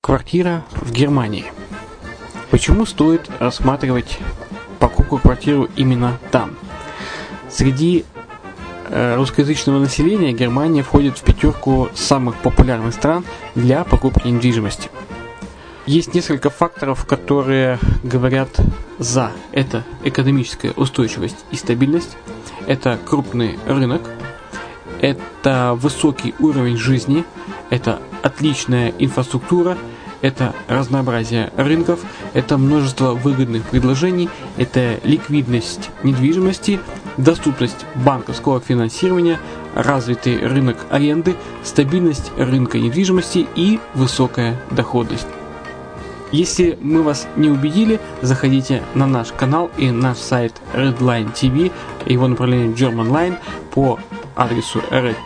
Квартира в Германии. Почему стоит рассматривать покупку квартиры именно там? Среди русскоязычного населения Германия входит в пятерку самых популярных стран для покупки недвижимости. Есть несколько факторов, которые говорят за. Это экономическая устойчивость и стабильность, это крупный рынок, это высокий уровень жизни, это отличная инфраструктура, это разнообразие рынков, это множество выгодных предложений, это ликвидность недвижимости, доступность банковского финансирования, развитый рынок аренды, стабильность рынка недвижимости и высокая доходность. Если мы вас не убедили, заходите на наш канал и наш сайт Redline TV, его направление German Line по адресу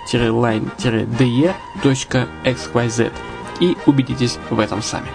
red-line-de.xyz и убедитесь в этом сами.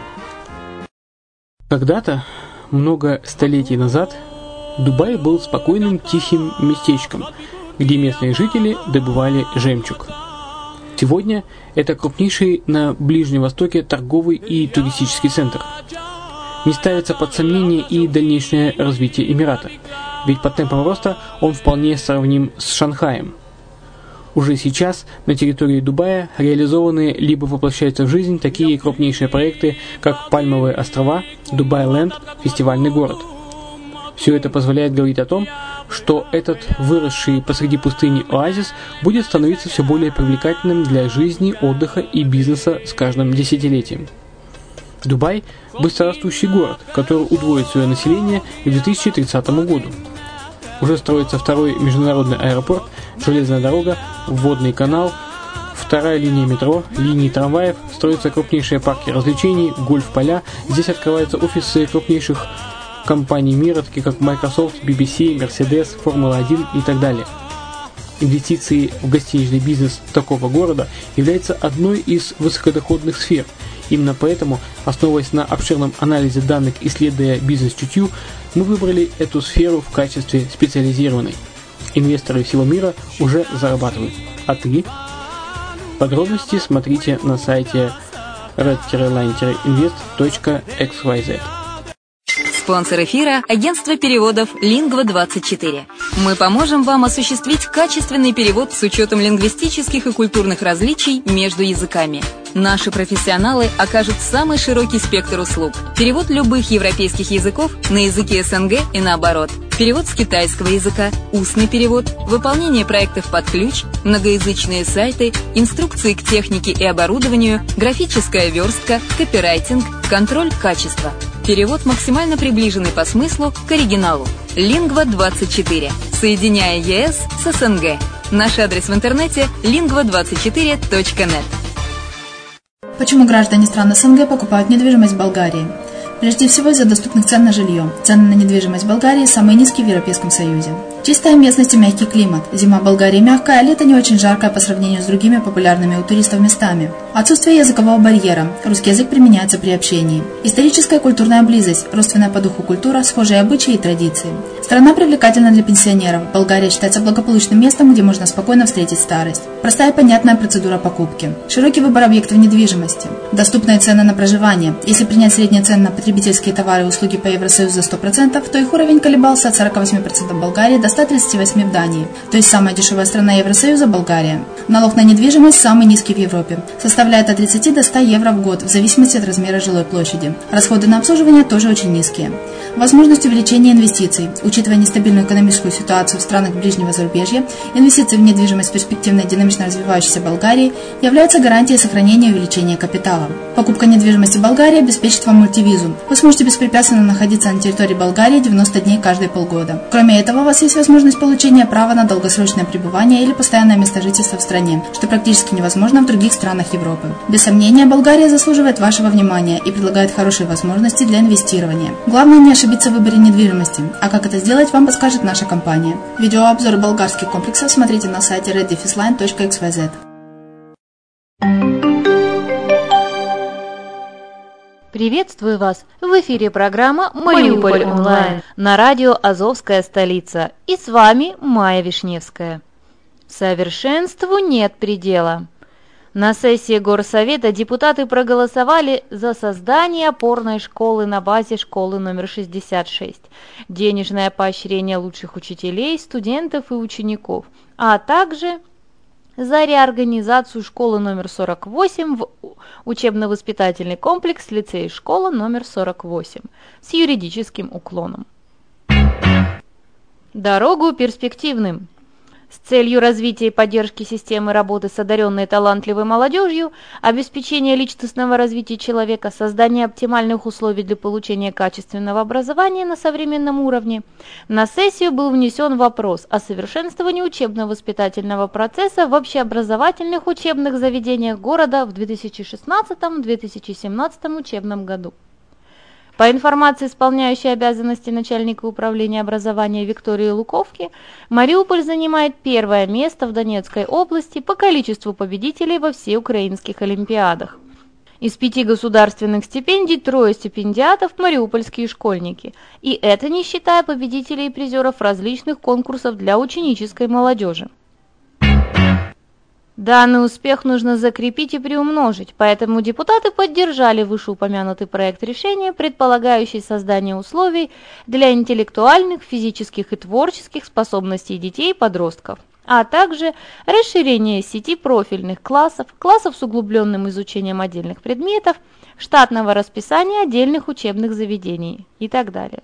Когда-то, много столетий назад, Дубай был спокойным тихим местечком, где местные жители добывали жемчуг. Сегодня это крупнейший на Ближнем Востоке торговый и туристический центр. Не ставится под сомнение и дальнейшее развитие Эмирата, ведь по темпам роста он вполне сравним с Шанхаем. Уже сейчас на территории Дубая реализованы либо воплощаются в жизнь такие крупнейшие проекты, как Пальмовые острова, Дубай-Ленд, фестивальный город. Все это позволяет говорить о том, что этот выросший посреди пустыни оазис будет становиться все более привлекательным для жизни, отдыха и бизнеса с каждым десятилетием. Дубай – быстрорастущий город, который удвоит свое население к 2030 году. Уже строится второй международный аэропорт, железная дорога, водный канал, вторая линия метро, линии трамваев, строятся крупнейшие парки развлечений, гольф-поля. Здесь открываются офисы крупнейших компаний мира, таких как Microsoft, BBC, Mercedes, Формула-1 и так далее. Инвестиции в гостиничный бизнес такого города являются одной из высокодоходных сфер. Именно поэтому, основываясь на обширном анализе данных, исследуя бизнес-чутью, мы выбрали эту сферу в качестве специализированной. Инвесторы всего мира уже зарабатывают. А ты? Подробности смотрите на сайте red-line-invest.xyz. Спонсор эфира – агентство переводов Lingva24. Мы поможем вам осуществить качественный перевод с учетом лингвистических и культурных различий между языками. Наши профессионалы окажут самый широкий спектр услуг. Перевод любых европейских языков на языки СНГ и наоборот. Перевод с китайского языка, устный перевод, выполнение проектов под ключ, многоязычные сайты, инструкции к технике и оборудованию, графическая верстка, копирайтинг, контроль качества. Перевод максимально приближенный по смыслу к оригиналу. Lingva24. Соединяя ЕС с СНГ. Наш адрес в интернете lingva24.net. Почему граждане стран СНГ покупают недвижимость в Болгарии? Прежде всего из-за доступных цен на жилье. Цены на недвижимость в Болгарии самые низкие в Европейском Союзе. Чистая местность и мягкий климат. Зима в Болгарии мягкая, а лето не очень жаркое по сравнению с другими популярными у туристов местами. Отсутствие языкового барьера. Русский язык применяется при общении. Историческая и культурная близость. Родственная по духу культура, схожие обычаи и традиции. Страна привлекательна для пенсионеров. Болгария считается благополучным местом, где можно спокойно встретить старость. Простая и понятная процедура покупки. Широкий выбор объектов недвижимости. Доступные цены на проживание. Если принять средние цены на потребительские товары и услуги по Евросоюзу за 100%, то их уровень колебался от 48% в Болгарии до 138% в Дании. То есть самая дешевая страна Евросоюза – Болгария. Налог на недвижимость самый низкий в Европе. Составляет от 30 до 100 евро в год, в зависимости от размера жилой площади. Расходы на обслуживание тоже очень низкие. Возможность увеличения инвестиций. Учитывая нестабильную экономическую ситуацию в странах ближнего зарубежья, инвестиции в недвижимость в перспективной динамично развивающейся Болгарии являются гарантией сохранения и увеличения капитала. Покупка недвижимости в Болгарии обеспечит вам мультивизу. Вы сможете беспрепятственно находиться на территории Болгарии 90 дней каждые полгода. Кроме этого, у вас есть возможность получения права на долгосрочное пребывание или постоянное место жительства в стране, что практически невозможно в других странах Европы. Без сомнения, Болгария заслуживает вашего внимания и предлагает хорошие возможности для инвестирования. Главное не ошибиться в выборе недвижимости, а как это сделать, вам подскажет наша компания. Видеообзор болгарских комплексов смотрите на сайте red-line.xyz. Приветствую вас! В эфире программа «Мариуполь онлайн» на радио «Азовская столица». И с вами Майя Вишневская. Совершенству нет предела. На сессии Горсовета депутаты проголосовали за создание опорной школы на базе школы номер 66, денежное поощрение лучших учителей, студентов и учеников, а также за реорганизацию школы номер 48 в учебно-воспитательный комплекс лицей школа номер 48 с юридическим уклоном. Дорогу перспективным. С целью развития и поддержки системы работы с одаренной и талантливой молодежью, обеспечения личностного развития человека, создания оптимальных условий для получения качественного образования на современном уровне, на сессию был внесен вопрос о совершенствовании учебно-воспитательного процесса в общеобразовательных учебных заведениях города в 2016-2017 учебном году. По информации исполняющей обязанности начальника управления образования Виктории Луковки, Мариуполь занимает первое место в Донецкой области по количеству победителей во всеукраинских олимпиадах. Из 5 государственных стипендий 3 стипендиатов – мариупольские школьники, и это не считая победителей и призеров различных конкурсов для ученической молодежи. Данный успех нужно закрепить и приумножить, поэтому депутаты поддержали вышеупомянутый проект решения, предполагающий создание условий для интеллектуальных, физических и творческих способностей детей и подростков, а также расширение сети профильных классов, классов с углубленным изучением отдельных предметов, штатного расписания отдельных учебных заведений и так далее.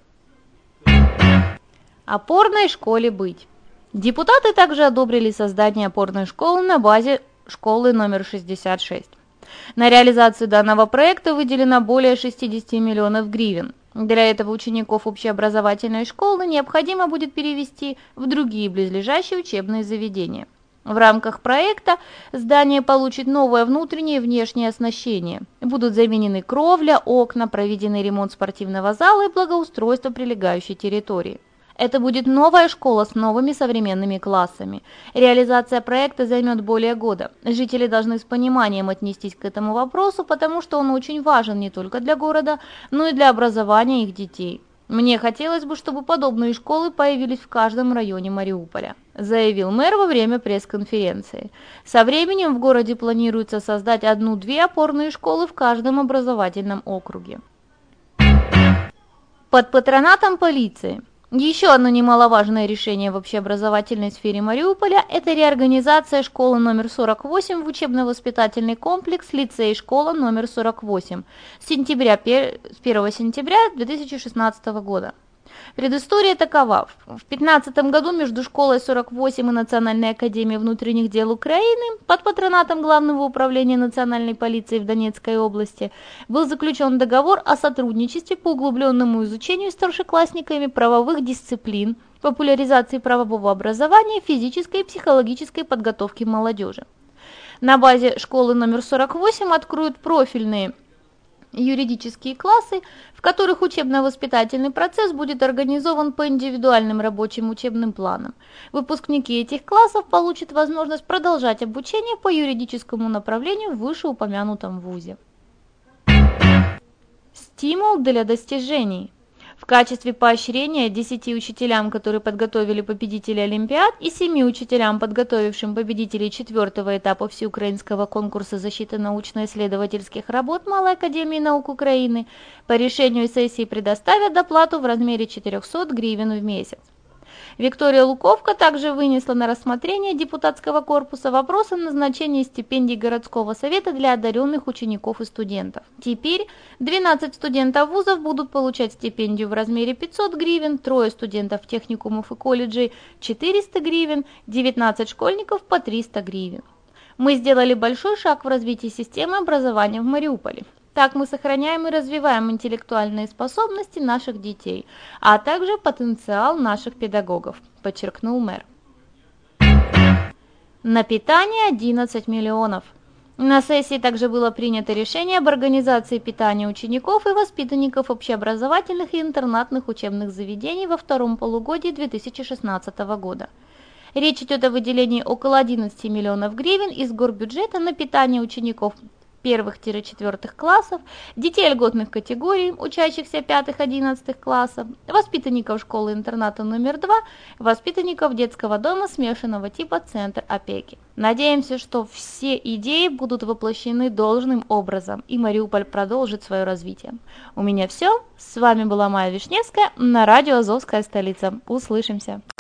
Опорной школе быть. Депутаты также одобрили создание опорной школы на базе школы номер 66. На реализацию данного проекта выделено более 60 миллионов гривен. Для этого учеников общеобразовательной школы необходимо будет перевести в другие близлежащие учебные заведения. В рамках проекта здание получит новое внутреннее и внешнее оснащение. Будут заменены кровля, окна, проведенный ремонт спортивного зала и благоустройство прилегающей территории. Это будет новая школа с новыми современными классами. Реализация проекта займет более года. Жители должны с пониманием отнестись к этому вопросу, потому что он очень важен не только для города, но и для образования их детей. Мне хотелось бы, чтобы подобные школы появились в каждом районе Мариуполя, заявил мэр во время пресс-конференции. Со временем в городе планируется создать 1-2 опорные школы в каждом образовательном округе. Под патронатом полиции. Еще одно немаловажное решение в общеобразовательной сфере Мариуполя – это реорганизация школы номер 48 в учебно-воспитательный комплекс лицей школа номер 48 с 1 сентября 2016 года. Предыстория такова. В 2015 году между школой 48 и Национальной академией внутренних дел Украины под патронатом Главного управления национальной полиции в Донецкой области был заключен договор о сотрудничестве по углубленному изучению старшеклассниками правовых дисциплин, популяризации правового образования, физической и психологической подготовки молодежи. На базе школы номер 48 откроют профильные юридические классы, в которых учебно-воспитательный процесс будет организован по индивидуальным рабочим учебным планам. Выпускники этих классов получат возможность продолжать обучение по юридическому направлению в вышеупомянутом вузе. Стимул для достижений. В качестве поощрения 10 учителям, которые подготовили победителей Олимпиад, и 7 учителям, подготовившим победителей 4-го этапа всеукраинского конкурса защиты научно-исследовательских работ Малой академии наук Украины, по решению сессии предоставят доплату в размере 400 гривен в месяц. Виктория Луковка также вынесла на рассмотрение депутатского корпуса вопрос о назначении стипендий городского совета для одаренных учеников и студентов. Теперь 12 студентов вузов будут получать стипендию в размере 500 гривен, 3 студентов техникумов и колледжей 400 гривен, 19 школьников по 300 гривен. Мы сделали большой шаг в развитии системы образования в Мариуполе. Так мы сохраняем и развиваем интеллектуальные способности наших детей, а также потенциал наших педагогов, подчеркнул мэр. На питание 11 миллионов. На сессии также было принято решение об организации питания учеников и воспитанников общеобразовательных и интернатных учебных заведений во втором полугодии 2016 года. Речь идет о выделении около 11 миллионов гривен из горбюджета на питание учеников 1-4 классов, детей льготных категорий, учащихся 5-11 классов, воспитанников школы-интерната номер 2, воспитанников детского дома смешанного типа «Центр опеки». Надеемся, что все идеи будут воплощены должным образом, и Мариуполь продолжит свое развитие. У меня все. С вами была Майя Вишневская на радио «Азовская столица». Услышимся!